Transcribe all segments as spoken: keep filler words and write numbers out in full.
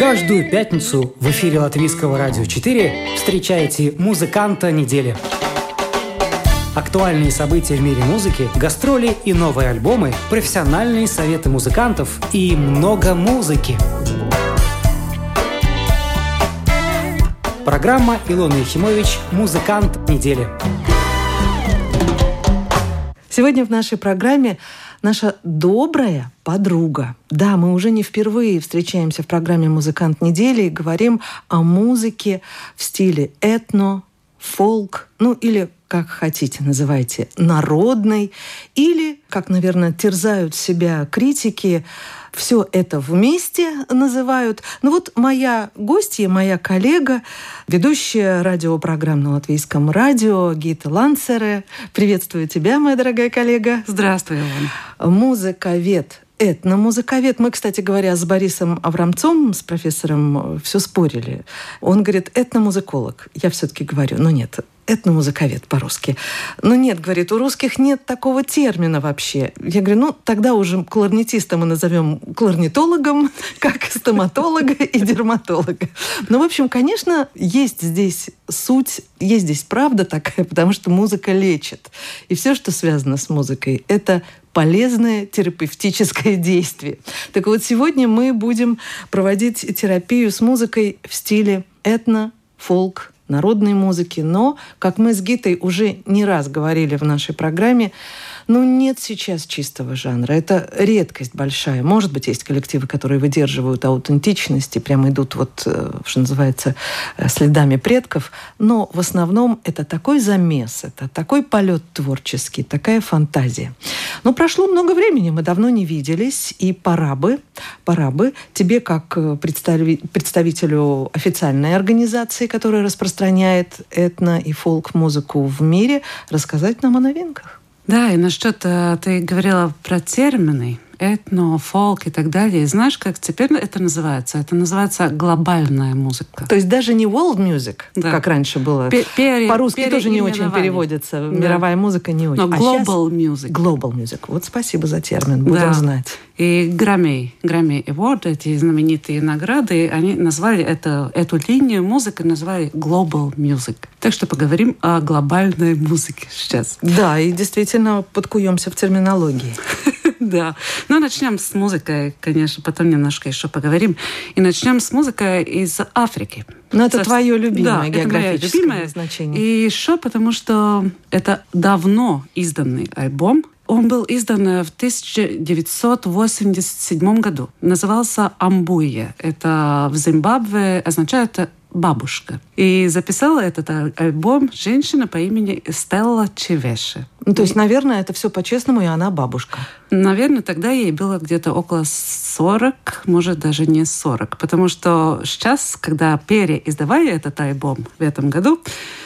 Каждую пятницу в эфире Латвийского радио четыре встречайте музыканта недели. Актуальные события в мире музыки, гастроли и новые альбомы, профессиональные советы музыкантов и много музыки. Программа Илона Ехимович «Музыкант недели». Сегодня в нашей программе наша добрая подруга. Да, мы уже не впервые встречаемся в программе «Музыкант недели» и говорим о музыке в стиле этно, фолк, ну или, как хотите, называйте, народной, или, как, наверное, терзают себя критики, все это вместе называют. Ну вот моя гостья, моя коллега, ведущая радиопрограмм на Латвийском радио Гита Ланцере. Приветствую тебя, моя дорогая коллега. Здравствуй, Илона. Музыковед. Этномузыковед. Мы, кстати говоря, с Борисом Аврамцом, с профессором, все спорили. Он говорит, этномузыколог. Я все-таки говорю, ну нет, этномузыковед по-русски. Ну нет, говорит, у русских нет такого термина вообще. Я говорю, ну тогда уже кларнетиста мы назовем кларнетологом, как стоматолога и дерматолога. Ну, в общем, конечно, есть здесь суть, есть здесь правда такая, потому что музыка лечит. И все, что связано с музыкой, это полезное терапевтическое действие. Так вот, сегодня мы будем проводить терапию с музыкой в стиле этно, фолк, народной музыки. Но, как мы с Гитой уже не раз говорили в нашей программе, ну, нет сейчас чистого жанра. Это редкость большая. Может быть, есть коллективы, которые выдерживают аутентичность и прямо идут, вот, что называется, следами предков. Но в основном это такой замес, это такой полет творческий, такая фантазия. Но прошло много времени, мы давно не виделись, и пора бы, пора бы тебе, как представителю официальной организации, которая распространяет этно- и фолк-музыку в мире, рассказать нам о новинках. Да, и насчет, ты говорила про термины, этно, фолк и так далее. Знаешь, как теперь это называется? Это называется глобальная музыка. То есть даже не world music, да, как раньше было. Пере, По-русски тоже не очень переводится. Да. Мировая музыка не очень. Но а global music. Global music. Вот спасибо за термин, будем да. знать. И Grammy, Grammy Award, эти знаменитые награды, они назвали это, эту линию музыки, назвали global music. Так что поговорим о глобальной музыке сейчас. Да, и действительно подкуемся в терминологии. Да. Ну, начнем с музыкой, конечно, потом немножко еще поговорим. И начнем с музыкой из Африки. Ну, это Со... твое любимое да, географическое это любимое значение. И еще потому, что это давно изданный альбом. Он был издан в тысяча девятьсот восемьдесят седьмом году. Назывался «Амбуя». Это в Зимбабве означает «бабушка». И записала этот альбом женщина по имени Стелла Чевеше. Ну, то есть, наверное, это все по-честному, и она бабушка. Наверное, тогда ей было где-то около сорок, может, даже не сорок. Потому что сейчас, когда переиздавали этот альбом в этом году,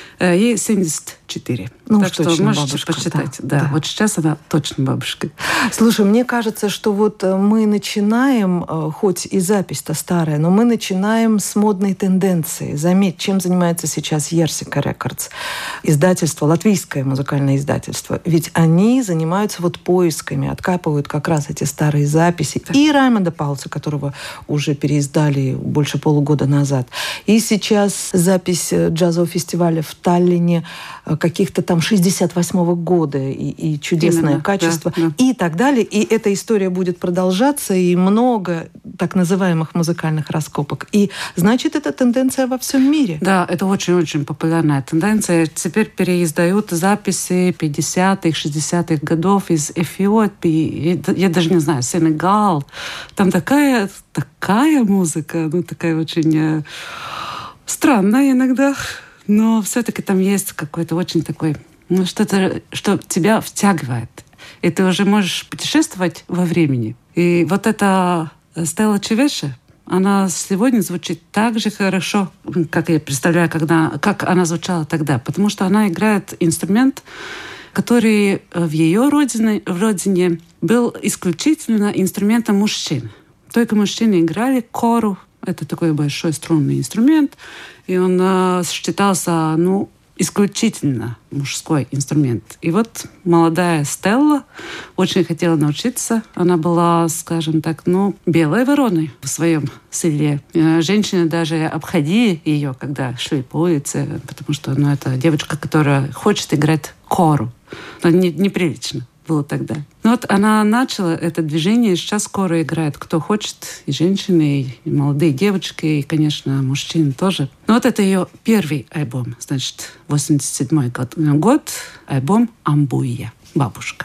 ей семьдесят четыре. Ну, так что точно можете бабушка, посчитать. Да, да, да. Вот сейчас она точно бабушка. Слушай, мне кажется, что вот мы начинаем, хоть и запись-то старая, но мы начинаем с модной тенденции. Заметь, чем занимается сейчас Ерсика Рекордс, издательство, латвийское музыкальное издательство. Ведь они занимаются вот поисками, откапывают как раз эти старые записи. Так. И Раймонда Паулса, которого уже переиздали больше полугода назад. И сейчас запись джазового фестиваля в Таллине каких-то там шестьдесят восьмого года и, и чудесное Именно, качество да, да. и так далее. И эта история будет продолжаться, и много так называемых музыкальных раскопок. И значит, это тенденция во всем мире. Да, это очень-очень популярная тенденция. Теперь переиздают записи пятидесятых, шестидесятых годов из Эфиопии, я даже не знаю, Сенегал. Там такая, такая музыка, ну такая очень странная иногда. Но все-таки там есть какой-то очень такой, ну, что-то, что тебя втягивает. И ты уже можешь путешествовать во времени. И вот эта Стелла Чевеше, она сегодня звучит так же хорошо, как я представляю, когда, как она звучала тогда. Потому что она играет инструмент, который в ее родине, в родине был исключительно инструментом мужчин. Только мужчины играли кору. Это такой большой струнный инструмент. И он э, считался, ну, исключительно мужской инструмент. И вот молодая Стелла очень хотела научиться. Она была, скажем так, ну, белой вороной в своем селе. Женщины даже обходили ее, когда шли по улице, потому что, ну, это девочка, которая хочет играть хору. Но не, неприлично было тогда. Ну вот она начала это движение, сейчас скоро играет кто хочет, и женщины, и молодые девочки, и, конечно, мужчины тоже. Ну вот это ее первый альбом, значит, восемьдесят седьмой год, год альбом «Амбуя», «Бабушка».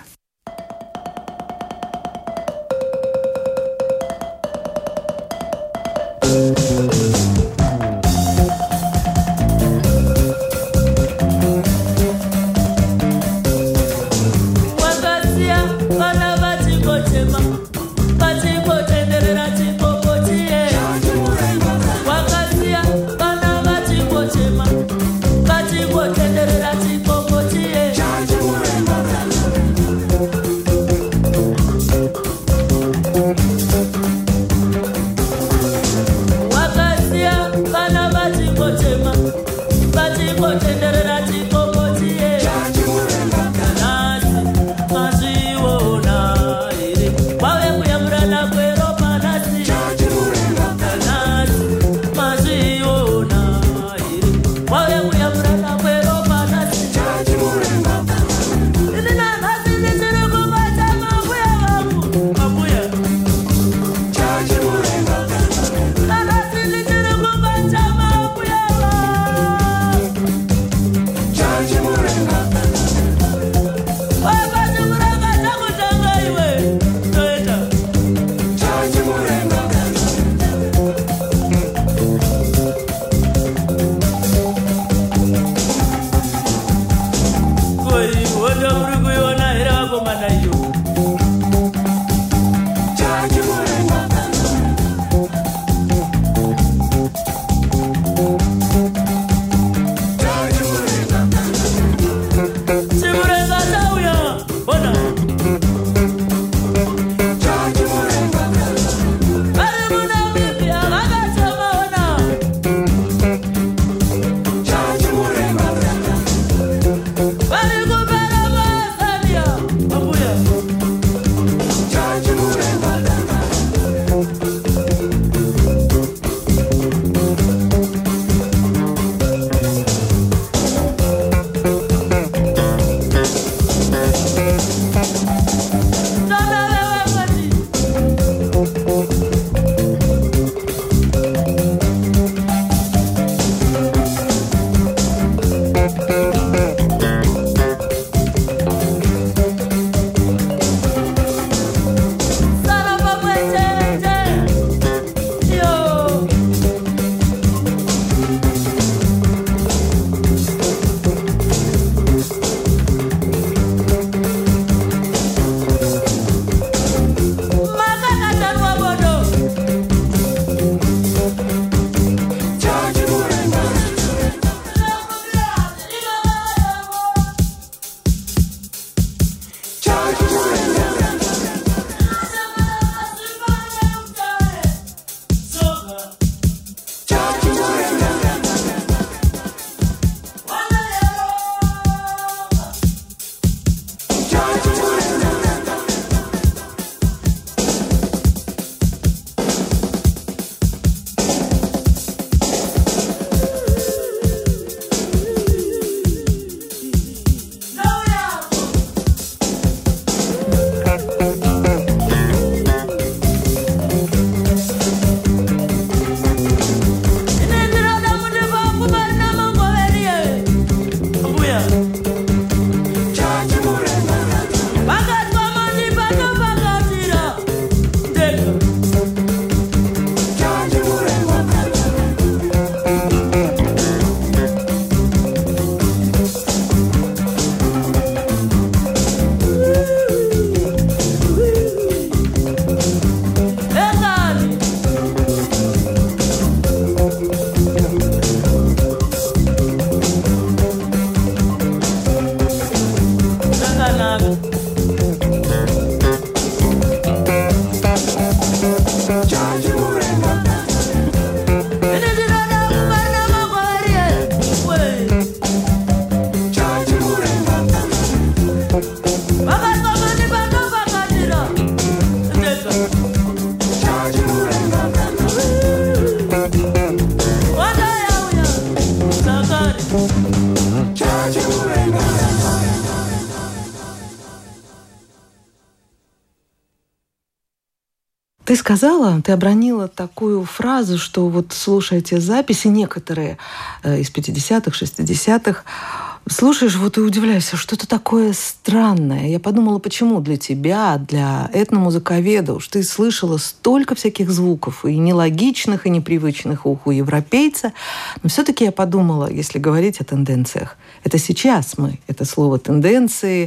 Ты сказала, ты обронила такую фразу, что вот слушая те записи, некоторые из пятидесятых, шестидесятых, слушаешь вот и удивляешься, что-то такое странное. Я подумала, почему для тебя, для этномузыковеда, уж ты слышала столько всяких звуков, и нелогичных, и непривычных уху европейца. Но все-таки я подумала, если говорить о тенденциях, это сейчас мы, это слово «тенденции»,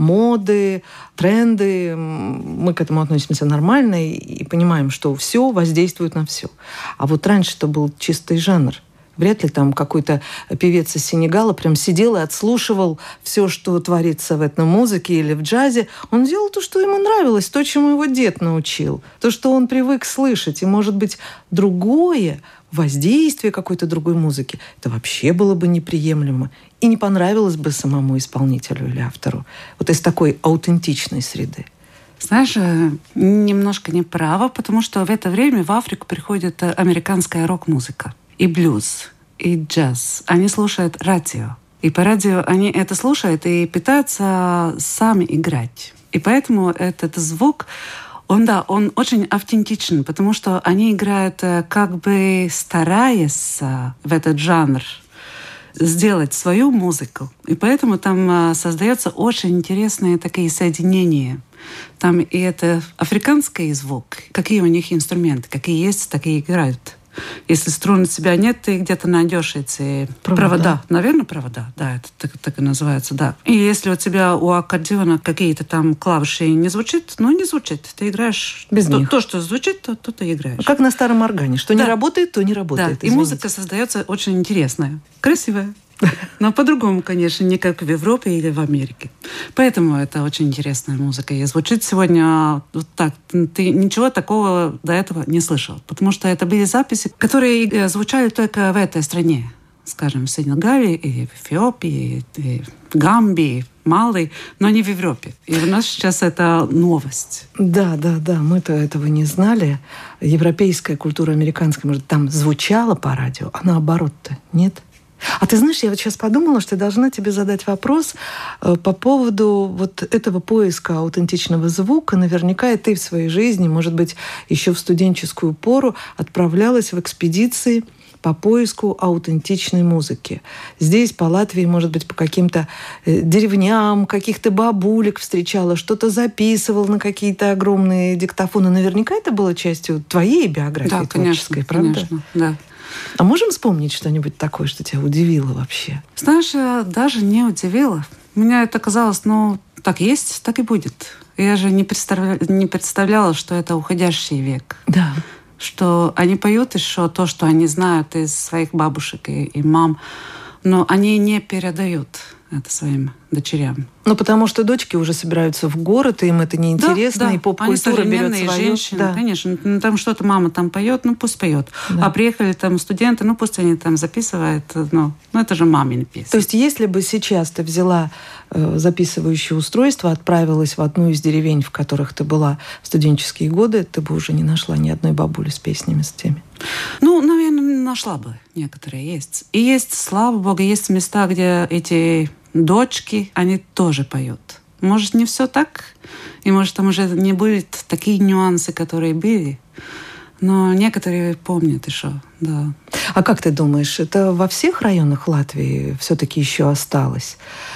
моды, тренды, мы к этому относимся нормально и, и понимаем, что все воздействует на все. А вот раньше это был чистый жанр. Вряд ли там какой-то певец из Сенегала прям сидел и отслушивал все, что творится в этномузыке или в джазе. Он делал то, что ему нравилось, то, чему его дед научил, то, что он привык слышать. И, может быть, другое воздействие какой-то другой музыки, это вообще было бы неприемлемо и не понравилось бы самому исполнителю или автору. Вот из такой аутентичной среды. Знаешь, немножко неправо, потому что в это время в Африку приходит американская рок-музыка. И блюз, и джаз. Они слушают радио. И по радио они это слушают и пытаются сами играть. И поэтому этот звук, он, да, он очень автентичен, потому что они играют, как бы стараясь в этот жанр сделать свою музыку. И поэтому там создаются очень интересные такие соединения. Там и это африканский звук, какие у них инструменты, какие есть, такие играют. Если струн у тебя нет, ты где-то найдешь эти провода. провода. Наверное, провода. Да, это так, так и называется, да. И если у тебя у аккордеона какие-то там клавиши не звучит, ну, не звучит. Ты играешь без то, них. То, что звучит, то, то ты играешь. Как на старом органе. Что да. не работает, то не работает. Да. И музыка создается очень интересная, красивая. Но по-другому, конечно, не как в Европе или в Америке. Поэтому это очень интересная музыка. И звучит сегодня вот так. Ты ничего такого до этого не слышал. Потому что это были записи, которые звучали только в этой стране. Скажем, в Сенегале, и в Эфиопии, и в Гамбии, Мали, но не в Европе. И у нас сейчас это новость. Да, да, да. Мы-то этого не знали. Европейская культура, американская, может, там звучала по радио, а наоборот-то нет. А ты знаешь, я вот сейчас подумала, что я должна тебе задать вопрос по поводу вот этого поиска аутентичного звука. Наверняка и ты в своей жизни, может быть, еще в студенческую пору отправлялась в экспедиции по поиску аутентичной музыки. Здесь, по Латвии, может быть, по каким-то деревням, каких-то бабулек встречала, что-то записывал на какие-то огромные диктофоны. Наверняка это было частью твоей биографии да, творческой, конечно, правда? Конечно, да. А можем вспомнить что-нибудь такое, что тебя удивило вообще? Знаешь, даже не удивило. Мне это казалось, ну, так есть, так и будет. Я же не, представля... не представляла, что это уходящий век. Да. Что они поют еще то, что они знают из своих бабушек и, и мам, но они не передают это своим дочерям. Ну, потому что дочки уже собираются в город, и им это неинтересно, да, да. и поп-культура берет свое. Женщины, да. Конечно. Ну, там что-то мама там поет, ну пусть поет. Да. А приехали там студенты, ну пусть они там записывают. Ну, ну это же мамины песни. То есть если бы сейчас ты взяла э, записывающее устройство, отправилась в одну из деревень, в которых ты была в студенческие годы, ты бы уже не нашла ни одной бабули с песнями с теми? Ну, наверное, нашла бы. Некоторые есть. И есть, слава богу, есть места, где эти дочки, они тоже поют. Может, не все так, и может, там уже не будет такие нюансы, которые были, но некоторые помнят еще, да. А как ты думаешь, это во всех районах Латвии все-таки еще осталось?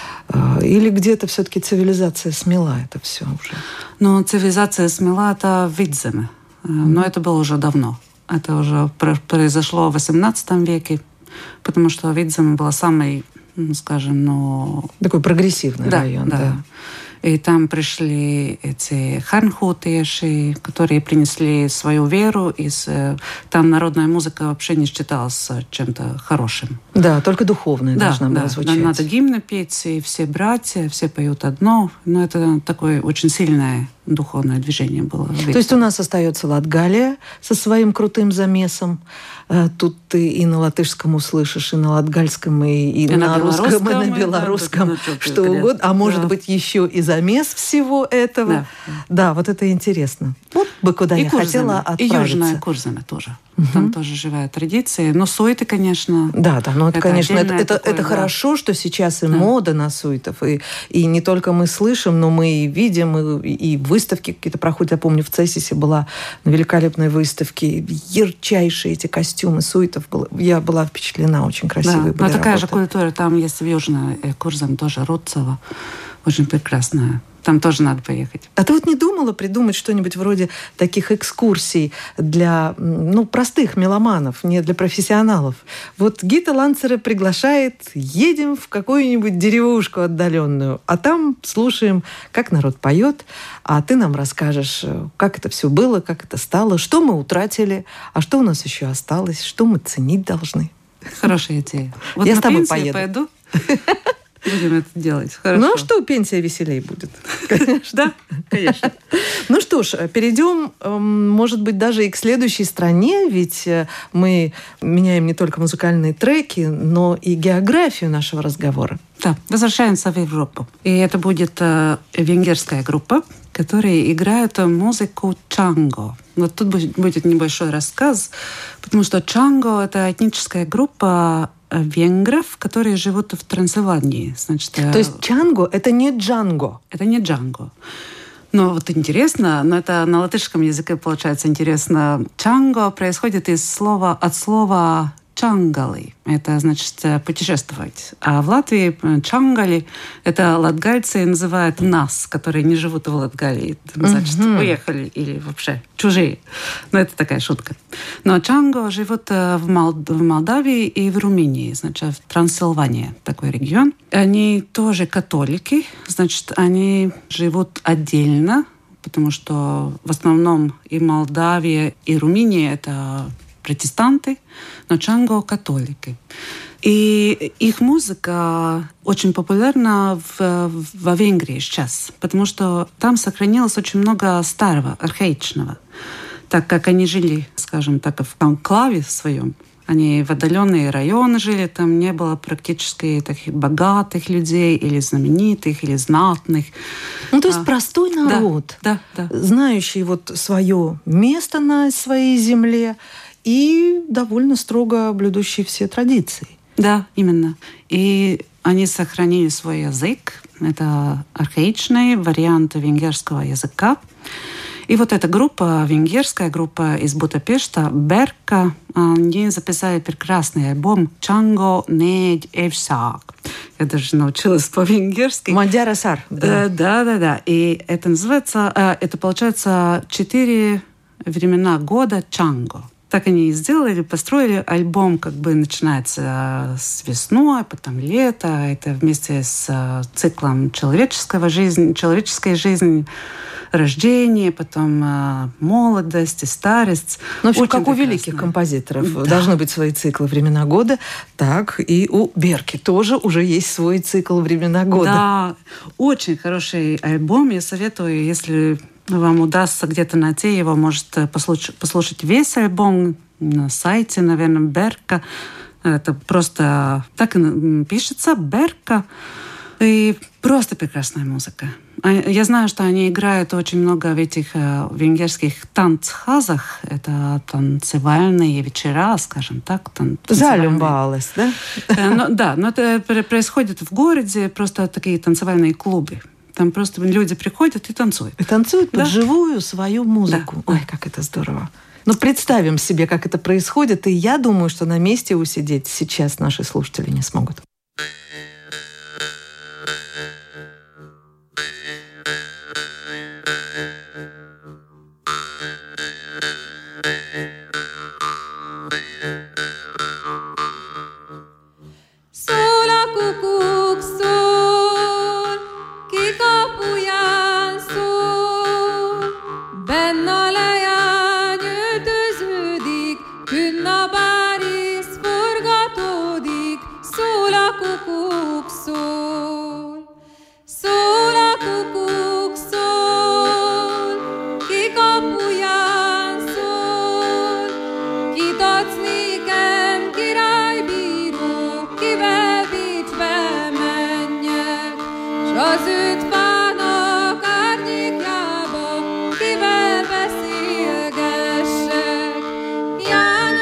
Или где-то все-таки цивилизация смела это все уже? Ну, цивилизация смела это в Видземе, но это было уже давно. Это уже произошло в восемнадцатом веке, потому что Видземе была самой, скажем, ну... Такой прогрессивный да, район, да. да. И там пришли эти ханхутеши, которые принесли свою веру. И с... Там народная музыка вообще не считалась чем-то хорошим. Да, только духовная да, должна да, была звучать. Да, надо гимны петь, и все братья, все поют одно. Но это такое очень сильное духовное движение было. То есть у нас остается Латгалия со своим крутым замесом. Тут ты и на латышском услышишь, и на латгальском, и, и, и на, на русском, и на белорусском, да, да, что угодно. А да. может быть, еще и замес всего этого. Да, да вот это интересно. Вот бы куда и я Курзаме, хотела отправиться. И Южная Курзаме тоже. Угу. Там тоже живая традиция. Но суеты, конечно... Да, да, ну это, это конечно, это, это, такое, это да. хорошо, что сейчас и да. мода на суетов, и, и не только мы слышим, но мы и видим, и, и выставки какие-то проходят. Я помню, в Цесисе была на великолепной выставке ярчайшие эти костюмы суетов. Я была впечатлена, очень красивые да. были Но такая работы. же культура, там есть в Южной Курзам тоже Рудцева, очень прекрасная. Там тоже надо поехать. А ты вот не думала придумать что-нибудь вроде таких экскурсий для ну, простых меломанов, не для профессионалов? Вот Гита Ланцера приглашает, едем в какую-нибудь деревушку отдаленную, а там слушаем, как народ поет, а ты нам расскажешь, как это все было, как это стало, что мы утратили, а что у нас еще осталось, что мы ценить должны. Хорошая идея. Вот я на с тобой пенсию поеду. пойду. Будем это делать. Хорошо. Ну а что, пенсия веселей будет? Да, конечно. Ну что ж, перейдем, может быть, даже и к следующей стране, ведь мы меняем не только музыкальные треки, но и географию нашего разговора. Да, возвращаемся в Европу. И это будет э, венгерская группа, которые играют музыку чанго. Вот тут будет небольшой рассказ, потому что чанго – это этническая группа венгров, которые живут в Трансильвании. Значит, То есть чанго – это не джанго? Это не джанго. Но вот интересно, но это на латышском языке получается интересно. Чанго происходит из слова, от слова чангали. Это значит путешествовать. А в Латвии чангали – это латгальцы называют нас, которые не живут в Латгалии. Значит, mm-hmm. уехали или вообще чужие. Но это такая шутка. Но чанго живут в, Молд... в Молдавии и в Румынии, значит, в Трансильвании, такой регион. Они тоже католики, значит, они живут отдельно, потому что в основном и Молдавия, и Румыния – это протестанты, но чанго – католики. И их музыка очень популярна в, во Венгрии сейчас, потому что там сохранилось очень много старого, архаичного. Так как они жили, скажем так, в конклаве своем, они в отдаленные районы жили, там не было практически таких богатых людей или знаменитых, или знатных. Ну, то есть а, простой народ, да, да, да. знающий вот свое место на своей земле, и довольно строго блюдущие все традиции. Да, именно. И они сохранили свой язык. Это архаичный вариант венгерского языка. И вот эта группа, венгерская группа из Будапешта, Берка, они записали прекрасный альбом «Чанго недь эвсак». Я даже научилась по-венгерски. Мадяра сар. Да. да, да, да. И это называется, это получается четыре времена года Чанго. Так они и сделали, построили альбом, как бы начинается с весной, потом лето. Это вместе с циклом человеческого жизни, человеческой жизни, рождение, потом молодость и старость. Ну, в общем, очень как прекрасно. У великих композиторов да. должны быть свои циклы времена года, так и у Берки тоже уже есть свой цикл времена года. Да, очень хороший альбом. Я советую, если вам удастся где-то найти его, может послушать, послушать весь альбом на сайте, наверное, Берка. Это просто так и пишется, Берка. И просто прекрасная музыка. Я знаю, что они играют очень много в этих венгерских танцхазах. Это танцевальные вечера, скажем так. Залюмбалась, да? Но, да, но это происходит в городе, просто такие танцевальные клубы. Там просто люди приходят и танцуют. И танцуют да? под живую свою музыку. Да. Ой, как это здорово. Ну, представим себе, как это происходит, и я думаю, что на месте усидеть сейчас наши слушатели не смогут. János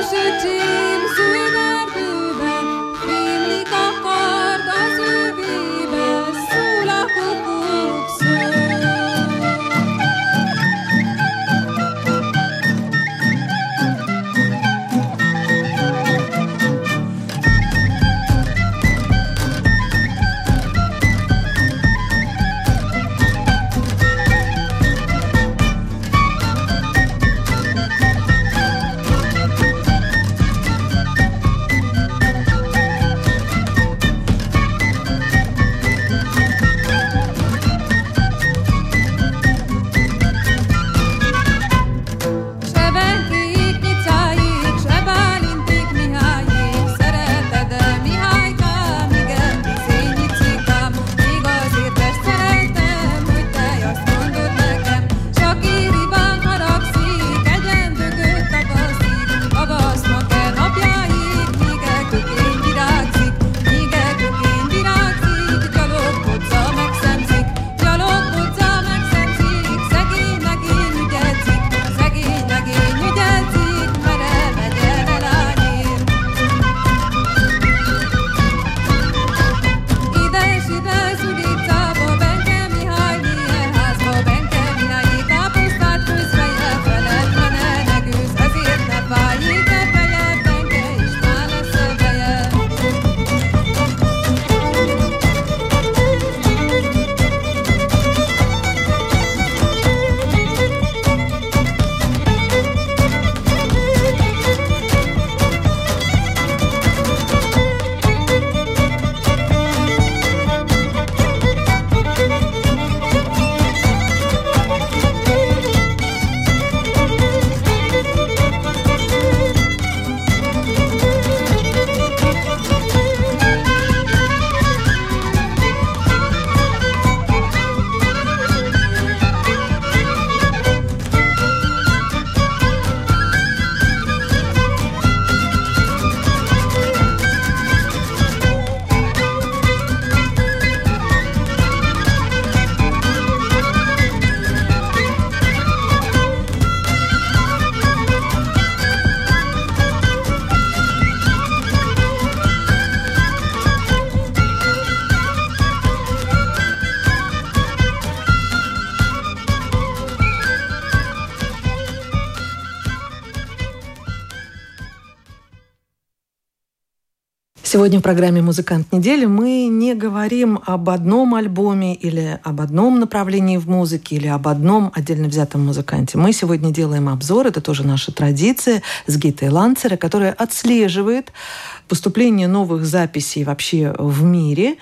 Сегодня в программе «Музыкант недели» мы не говорим об одном альбоме или об одном направлении в музыке или об одном отдельно взятом музыканте. Мы сегодня делаем обзор, это тоже наша традиция, с Гитой Ланцера, которая отслеживает поступление новых записей вообще в мире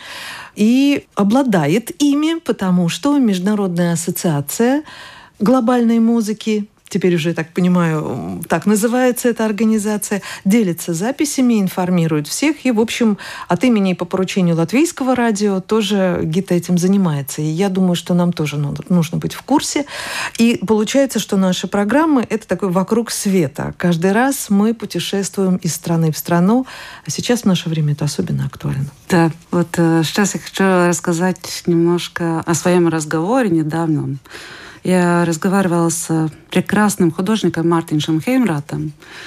и обладает ими, потому что Международная ассоциация глобальной музыки, теперь уже, я так понимаю, так называется эта организация, делится записями, информирует всех. И, в общем, от имени и по поручению Латвийского радио тоже Гита этим занимается. И я думаю, что нам тоже нужно быть в курсе. И получается, что наши программы — это такой «вокруг света». Каждый раз мы путешествуем из страны в страну. А сейчас в наше время это особенно актуально. Да, вот сейчас я хочу рассказать немножко о своем разговоре недавнем. Я разговаривала с прекрасным художником Мартиншем Хеймратом,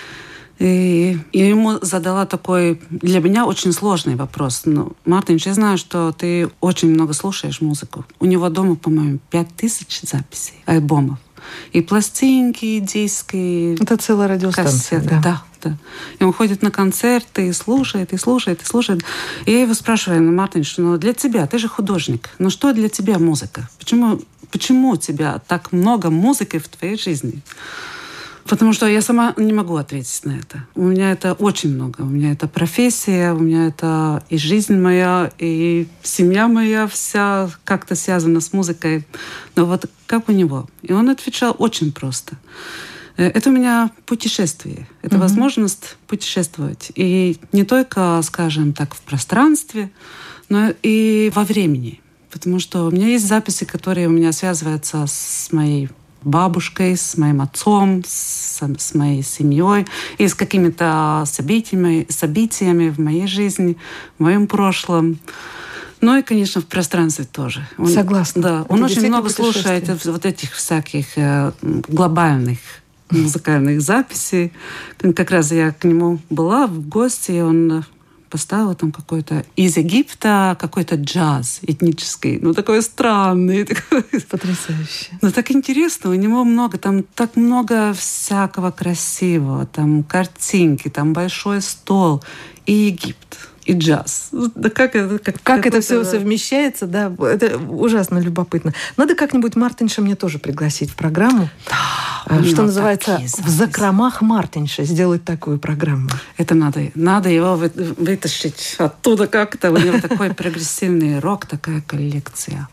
и я ему задала такой для меня очень сложный вопрос. Ну, Мартинш, я знаю, что ты очень много слушаешь музыку. У него дома, по-моему, пять тысяч записей, альбомов. И пластинки, и диски. Это целая радиостанция. Кассеты, да. да, да. И он ходит на концерты и слушает, и слушает, и слушает. И я его спрашиваю: ну, Мартинш, ну для тебя, ты же художник, ну что для тебя музыка? Почему, почему у тебя так много музыки в твоей жизни? Потому что я сама не могу ответить на это. У меня это очень много. У меня это профессия, у меня это и жизнь моя, и семья моя вся как-то связана с музыкой. Но вот как у него? И он отвечал очень просто. Это у меня путешествие. Это mm-hmm. возможность путешествовать. И не только, скажем так, в пространстве, но и во времени. Потому что у меня есть записи, которые у меня связываются с моей бабушкой, с моим отцом, с, с моей семьей и с какими-то событиями, событиями в моей жизни, в моем прошлом. Ну и, конечно, в пространстве тоже. Он, Согласна. Да, он очень много слушает вот этих всяких э, глобальных музыкальных записей. Как раз я к нему была в гости, и он поставил там какой-то из Египта, какой-то джаз этнический. Ну, такой странный. Потрясающе. Но так интересно, у него много, там так много всякого красивого. Там картинки, там большой стол. И Египет, и джаз. Да как это, как, как это все совмещается, да, это ужасно любопытно. Надо как-нибудь Мартинша мне тоже пригласить в программу. Да, что называется, в закромах Мартинша сделать такую программу. Это надо, надо его вытащить оттуда как-то. У него такой прогрессивный рок, такая коллекция.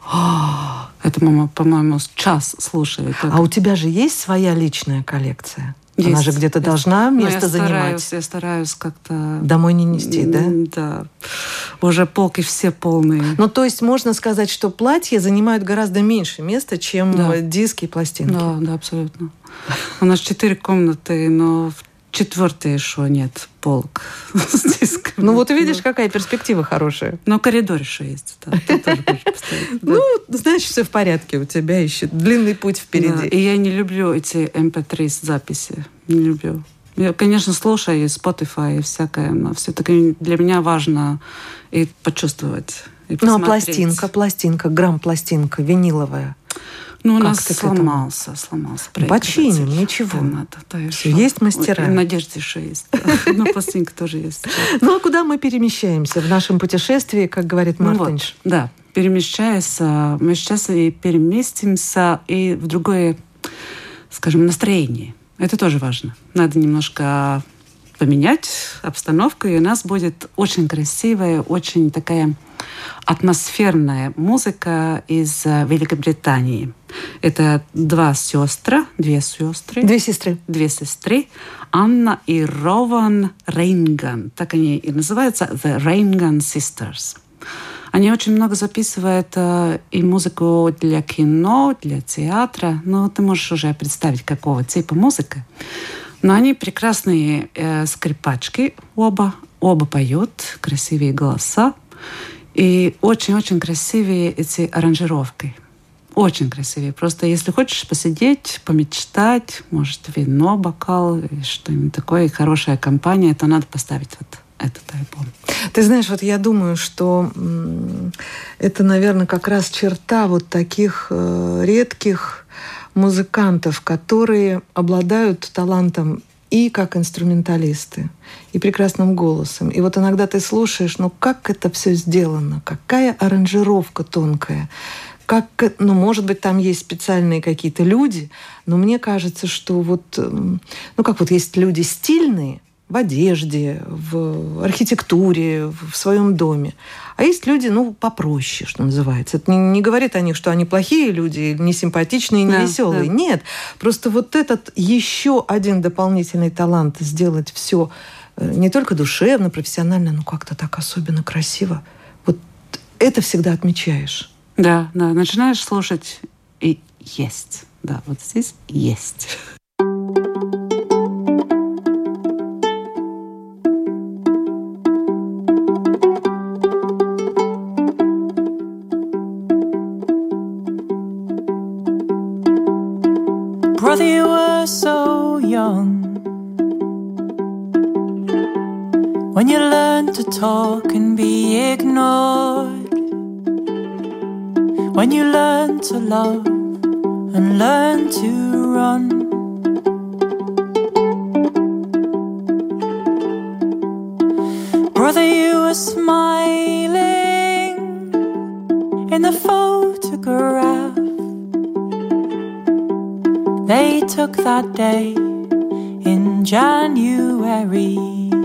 Это, мама, по-моему, час слушает. А у тебя же есть своя личная коллекция? Есть, Она же где-то есть. должна место я занимать. Стараюсь, я стараюсь как-то... Домой не нести, да? Да. Уже полки все полные. Ну, то есть можно сказать, что платья занимают гораздо меньше места, чем да. диски и пластинки. Да, да, абсолютно. У нас четыре комнаты, но в четвертой еще нет полок с дисками. Ну, вот видишь, какая перспектива хорошая. Но коридор еще есть. Да, тоже поставить, да. Ну, значит, все в порядке у тебя еще. Длинный путь впереди. Да, и я не люблю эти эм пэ три записи. Не люблю. Я, конечно, слушаю и Spotify, и всякое, но все-таки для меня важно и почувствовать, и посмотреть. Ну, а пластинка, пластинка, грамм-пластинка, виниловая. Ну, у как нас сломался, сломался. Починим, ничего. Да, надо, да, Все, есть мастера. И Надежда еще есть. Но пластинка тоже есть. Ну, а куда мы перемещаемся в нашем путешествии, как говорит Мартинш? Да, перемещаясь, мы сейчас и переместимся и в другое, скажем, настроение. Это тоже важно. Надо немножко поменять обстановку, и у нас будет очень красивая, очень такая атмосферная музыка из Великобритании. Это два сестры, две сестры. Две сестры. Две сестры. Анна и Рован Рейнган. Так они и называются, The Reingan Sisters. Они очень много записывают э, и музыку для кино, для театра. Но ты можешь уже представить, какого типа музыка. Но они прекрасные э, скрипачки оба. Оба поют, красивые голоса. И очень-очень красивые эти аранжировки. Очень красивые. Просто если хочешь посидеть, помечтать, может, вино, бокал, что-нибудь такое, хорошая компания, то надо поставить вот этот альбом. Ты знаешь, вот я думаю, что это, наверное, как раз черта вот таких редких музыкантов, которые обладают талантом и как инструменталисты, и прекрасным голосом. И вот иногда ты слушаешь, ну как это все сделано, какая аранжировка тонкая, как, ну, может быть, там есть специальные какие-то люди, но мне кажется, что вот, ну как вот есть люди стильные в одежде, в архитектуре, в своем доме. А есть люди, ну, попроще, что называется. Это не, не говорит о них, что они плохие люди, не симпатичные, не да, веселые. да. Нет. Просто вот этот еще один дополнительный талант сделать все не только душевно, профессионально, но как-то так особенно красиво. Вот это всегда отмечаешь. Да, да. Начинаешь слушать, и есть. Да, вот здесь есть. Brother, you were so young when you learned to talk and be ignored, when you learned to love and learned to run. Brother, you were smiling in the photograph they took that day in January.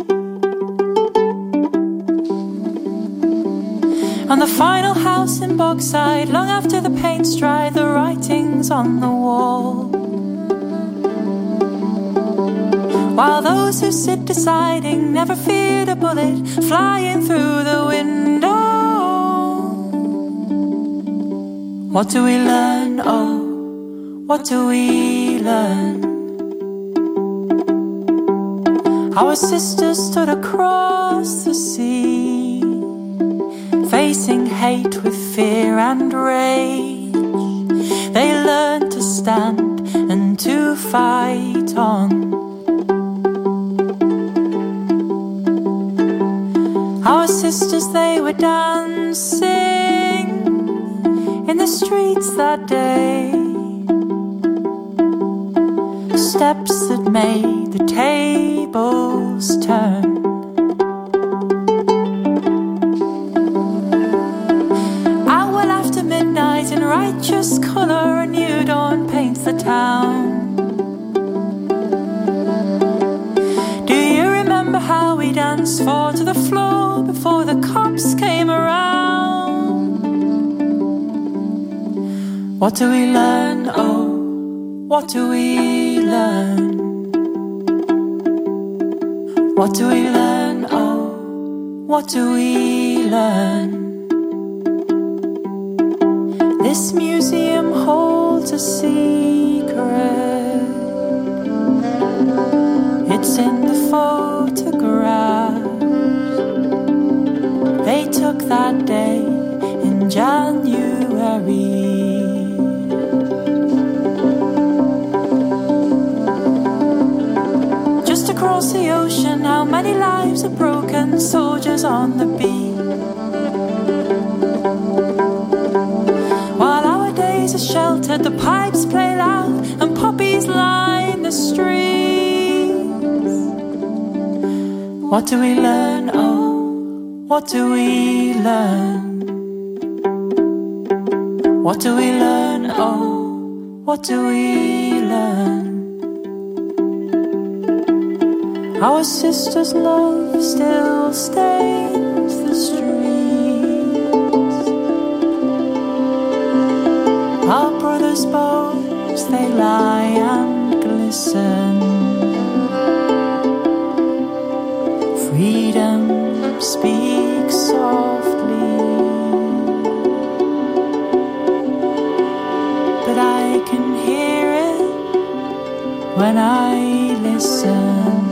On the final house in Bogside, long after the paint's dry, the writing's on the wall. While those who sit deciding never feared a bullet flying through the window. What do we learn? Oh, what do we learn? Our sisters stood across the sea, facing hate with fear and rage. They learned to stand and to fight on. Our sisters, they were dancing in the streets that day, steps that made the tables turn. Out well after midnight in righteous colour, a new dawn paints the town. Do you remember how we danced four to the floor before the cops came around? What do we learn? Oh, what do we learn? What do we learn? Oh, what do we learn? This museum holds a secret. It's in the photographs they took that day in January. Just across the ocean, how many lives are broken, soldiers on the beat. While our days are sheltered, the pipes play loud and poppies line the streets. What do we learn? Oh, what do we learn? What do we learn? Oh, what do we learn? Our sister's love still stains the streets. Our brothers' bones, they lie and glisten. Freedom speaks softly, but I can hear it when I listen.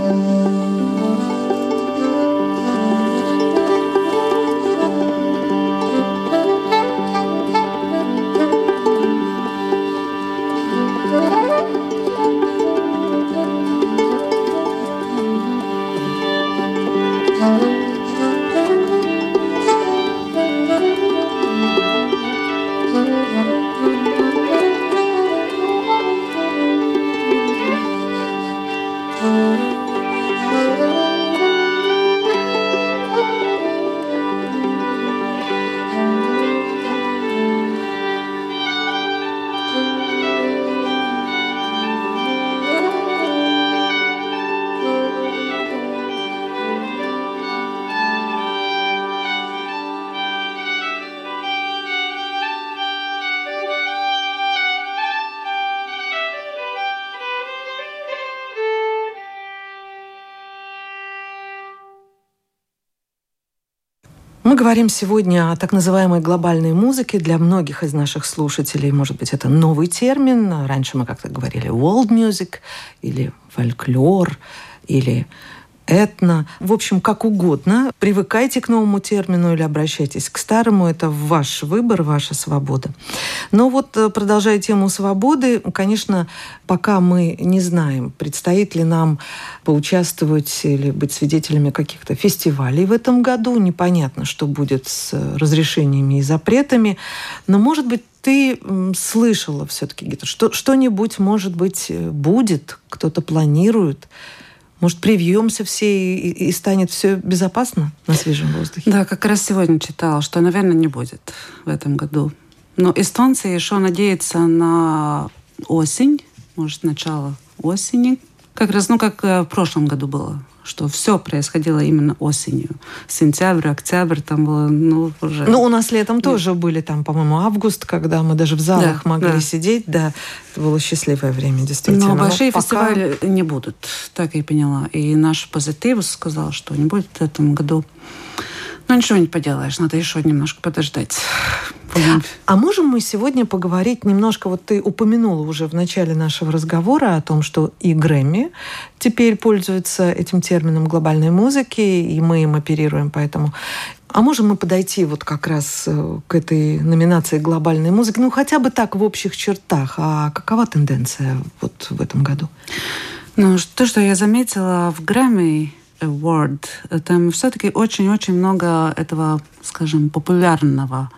Мы говорим сегодня о так называемой глобальной музыке. Для многих из наших слушателей, может быть, это новый термин. Раньше мы как-то говорили world music или фольклор, или этно. В общем, как угодно. Привыкайте к новому термину или обращайтесь к старому. Это ваш выбор, ваша свобода. Но вот, продолжая тему свободы, конечно, пока мы не знаем, предстоит ли нам поучаствовать или быть свидетелями каких-то фестивалей в этом году. Непонятно, что будет с разрешениями и запретами. Но, может быть, ты слышала все-таки где-то, что что-нибудь, может быть, будет, кто-то планирует. Может, привьемся все и, и станет все безопасно на свежем воздухе? Да, как раз сегодня читала, что, наверное, не будет в этом году. Но эстонцы еще надеются на осень, может, начало осени. Как раз, ну, как в прошлом году было, что все происходило именно осенью. Сентябрь, октябрь, там было, ну, уже... Ну, у нас летом тоже были, там, по-моему, август, когда мы даже в залах да, могли да. сидеть, да. Это было счастливое время, действительно. Но большие Но пока... фестивали не будут, так я и поняла. И наш Позитивус сказал, что не будет в этом году. Но ничего не поделаешь, надо еще немножко подождать. А можем мы сегодня поговорить немножко, вот ты упомянула уже в начале нашего разговора о том, что и Грэмми теперь пользуются этим термином глобальной музыки, и мы им оперируем, поэтому А можем мы подойти вот как раз к этой номинации глобальной музыки? Ну, хотя бы так, в общих чертах. А какова тенденция вот в этом году? Ну, то, что я заметила в Grammy Award, там все-таки очень-очень много этого, скажем, популярного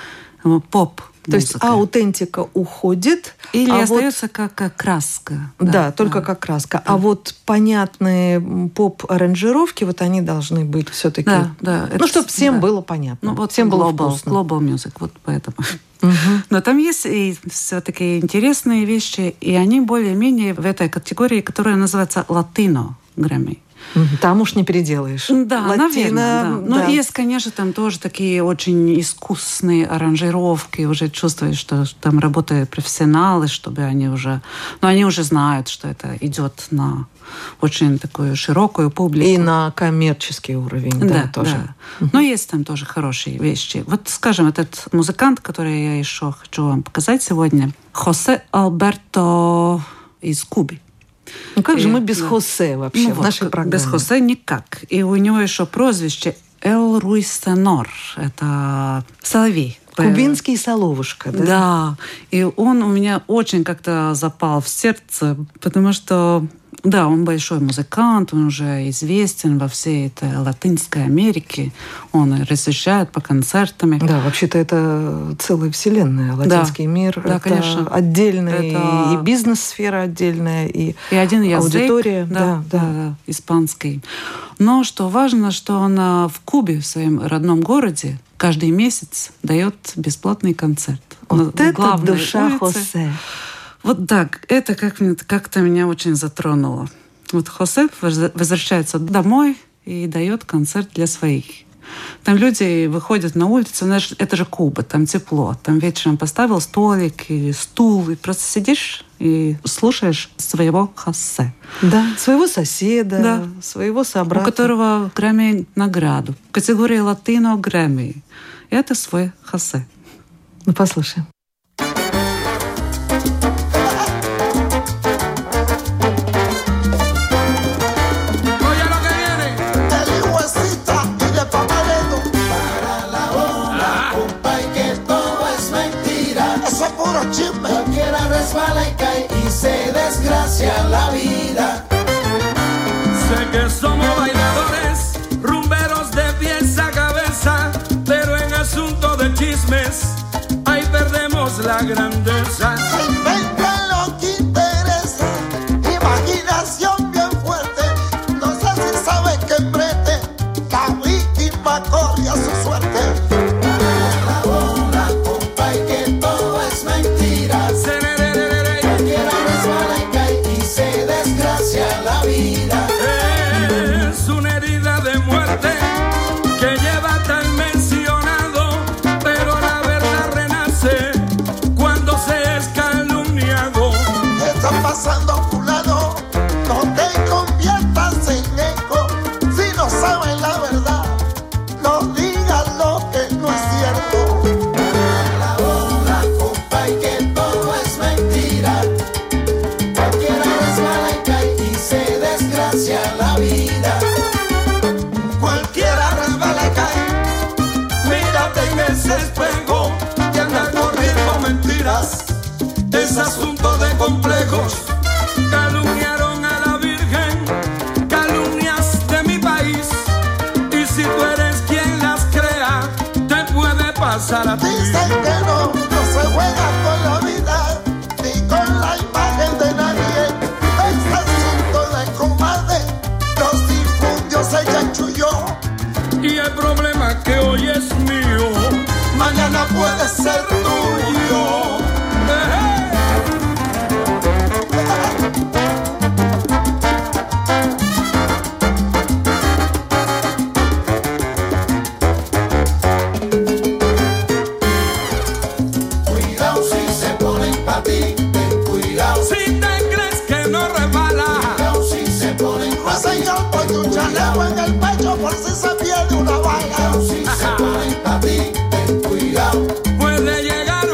поп. То есть аутентика уходит. Или а остается вот... как, как краска. Да, да только да. как краска. Да. А вот понятные поп-аранжировки, вот они должны быть все-таки... Да, да. Ну, чтобы всем да. было понятно. Ну, вот всем global, было вкусно. Global music, вот поэтому. Угу. Но там есть и все-таки интересные вещи, и они более-менее в этой категории, которая называется Latino Grammy. Там уж не переделаешь. Да, Латино, наверное, да. Но да. есть, конечно, там тоже такие очень искусные аранжировки. Уже чувствуешь, что там работают профессионалы, чтобы они уже... Но они уже знают, что это идет на очень такую широкую публику. И на коммерческий уровень, да, да тоже. Да. Но есть там тоже хорошие вещи. Вот, скажем, этот музыкант, который я еще хочу вам показать сегодня, Хосе Альберто из Кубы. Ну как же и, мы без да. Хосе вообще ну, в вот, нашей программе? Без Хосе никак. И у него еще прозвище Эл Руйсенор. Это соловей. Кубинский соловушка, да? Да. И он у меня очень как-то запал в сердце, потому что, да, он большой музыкант, он уже известен во всей этой Латинской Америке. Он разъезжает по концертам. Да, вообще-то это целая вселенная. Латинский да. мир. Да, это конечно. Отдельная это... и бизнес-сфера отдельная, и, и один язык, аудитория. Да, да, да. Да, да, испанский. Но что важно, что он в Кубе, в своем родном городе, каждый месяц дает бесплатный концерт. Вот на это душа улице. Хосе. Вот так. Это как, как-то меня очень затронуло. Вот Хосе возвращается домой и дает концерт для своих. Там люди выходят на улицу, знаешь, это же Куба, там тепло. Там вечером поставил столик и стул, и просто сидишь и слушаешь своего Хосе. Да, своего соседа, да. своего собрата. У которого Грэмми награду. В категории Латино Грэмми. Это свой Хосе. Ну, послушаем. Resbala y cae y se desgracia la vida. Sé que somos bailadores, rumberos de pies a cabeza, pero en asunto de chismes, ahí perdemos la grandeza. Se inventa lo que interesa, imaginación bien fuerte. No sé si saben que prete, la víctima corre a su suerte. La bola, compa, y que todo es mentira. La vida es una herida de muerte que lleva tan mencionado, pero la verdad renace cuando se es calumniado. ¿Qué está pasando, fulano? No te conviertas en eco. Si no sabes la verdad, no digas lo que no es cierto. La bola, compa, y que todo es mentira. Cualquiera resbala y cae y se desgracia la vida. Cualquiera resbala y cae. Mírate en ese espejo que anda corriendo mentiras. Es asunto de complejos. Calumniaron a la Virgen, calumnias de mi país. Y si tú eres quien las crea, te puede pasar a ti. Dicen que no, no se juega con la vida ni con la imagen de nadie. Este asunto de comadre los difundió, se chanchulló. Y el problema que hoy es mío, mañana puede ser tuyo. Cuidado si se ponen pa' ti, ten cuidado. Si te crees que no resbala, Cuidado si se ponen pa' ti. Señor, ponte un chaleco en el pecho por si se pierde una bala. Cuidado si se ponen pa' ti, ten cuidado. puede llegar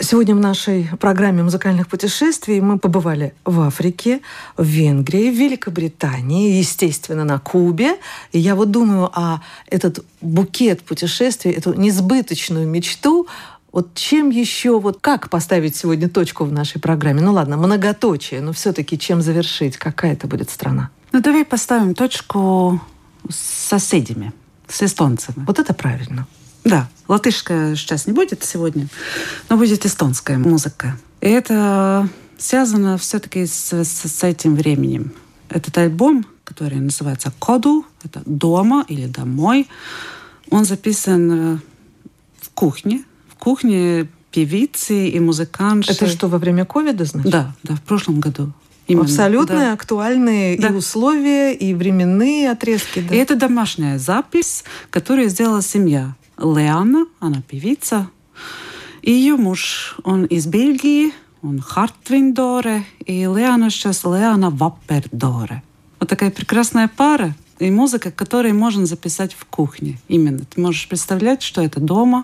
Сегодня в нашей программе музыкальных путешествий мы побывали в Африке, в Венгрии, в Великобритании, естественно, на Кубе. И я вот думаю, а этот букет путешествий, эту несбыточную мечту, вот чем еще, вот как поставить сегодня точку в нашей программе? Ну ладно, многоточие, но все-таки чем завершить? Какая это будет страна? Ну, давай поставим точку с соседями, с эстонцами. Вот это правильно. Да, латышская сейчас не будет сегодня, но будет эстонская музыка. И это связано все-таки с, с, с этим временем. Этот альбом, который называется «Коду», это «Дома» или «Домой», он записан в кухне, в кухне певицы и музыкантши. Это что, во время ковида, значит? Да, да, в прошлом году. Именно, абсолютно да. актуальные да. и условия, и временные отрезки. Да. И это домашняя запись, которую сделала семья. Леана, она певица. И ее муж, он из Бельгии, он Хартвиндоре, и Леана сейчас Леана Ваппердоре. Вот такая прекрасная пара. И музыка, которую можно записать в кухне. Именно. Ты можешь представлять, что это дома.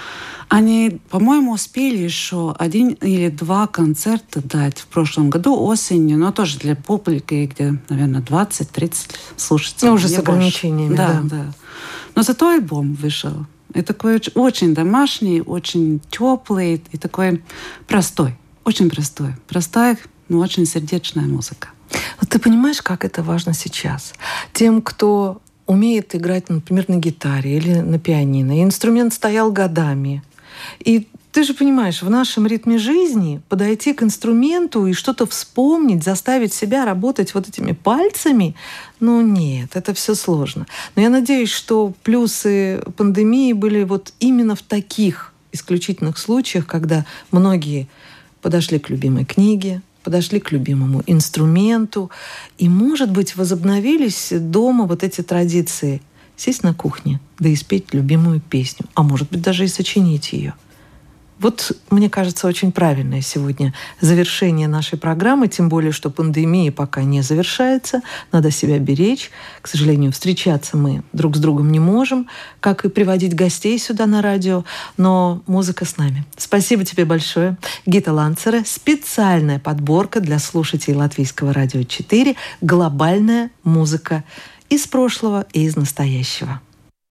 Они, по-моему, успели еще один или два концерта дать в прошлом году осенью, но тоже для публики, где, наверное, двадцать-тридцать слушателей. Ну, уже с ограничениями, да, да. да. Но зато альбом вышел. И такой очень домашний, очень теплый и такой простой. Очень простой. Простая, но очень сердечная музыка. Вот ты понимаешь, как это важно сейчас? Тем, кто умеет играть, например, на гитаре или на пианино, и инструмент стоял годами. И ты же понимаешь, в нашем ритме жизни подойти к инструменту и что-то вспомнить, заставить себя работать вот этими пальцами, ну нет, это все сложно. Но я надеюсь, что плюсы пандемии были вот именно в таких исключительных случаях, когда многие подошли к любимой книге, подошли к любимому инструменту, и, может быть, возобновились дома вот эти традиции сесть на кухне, да и спеть любимую песню, а может быть, даже и сочинить ее. Вот, мне кажется, очень правильное сегодня завершение нашей программы, тем более, что пандемия пока не завершается, надо себя беречь. К сожалению, встречаться мы друг с другом не можем, как и приводить гостей сюда на радио, но музыка с нами. Спасибо тебе большое. Гита Ланцере, специальная подборка для слушателей Латвийского радио четыре, глобальная музыка из прошлого и из настоящего.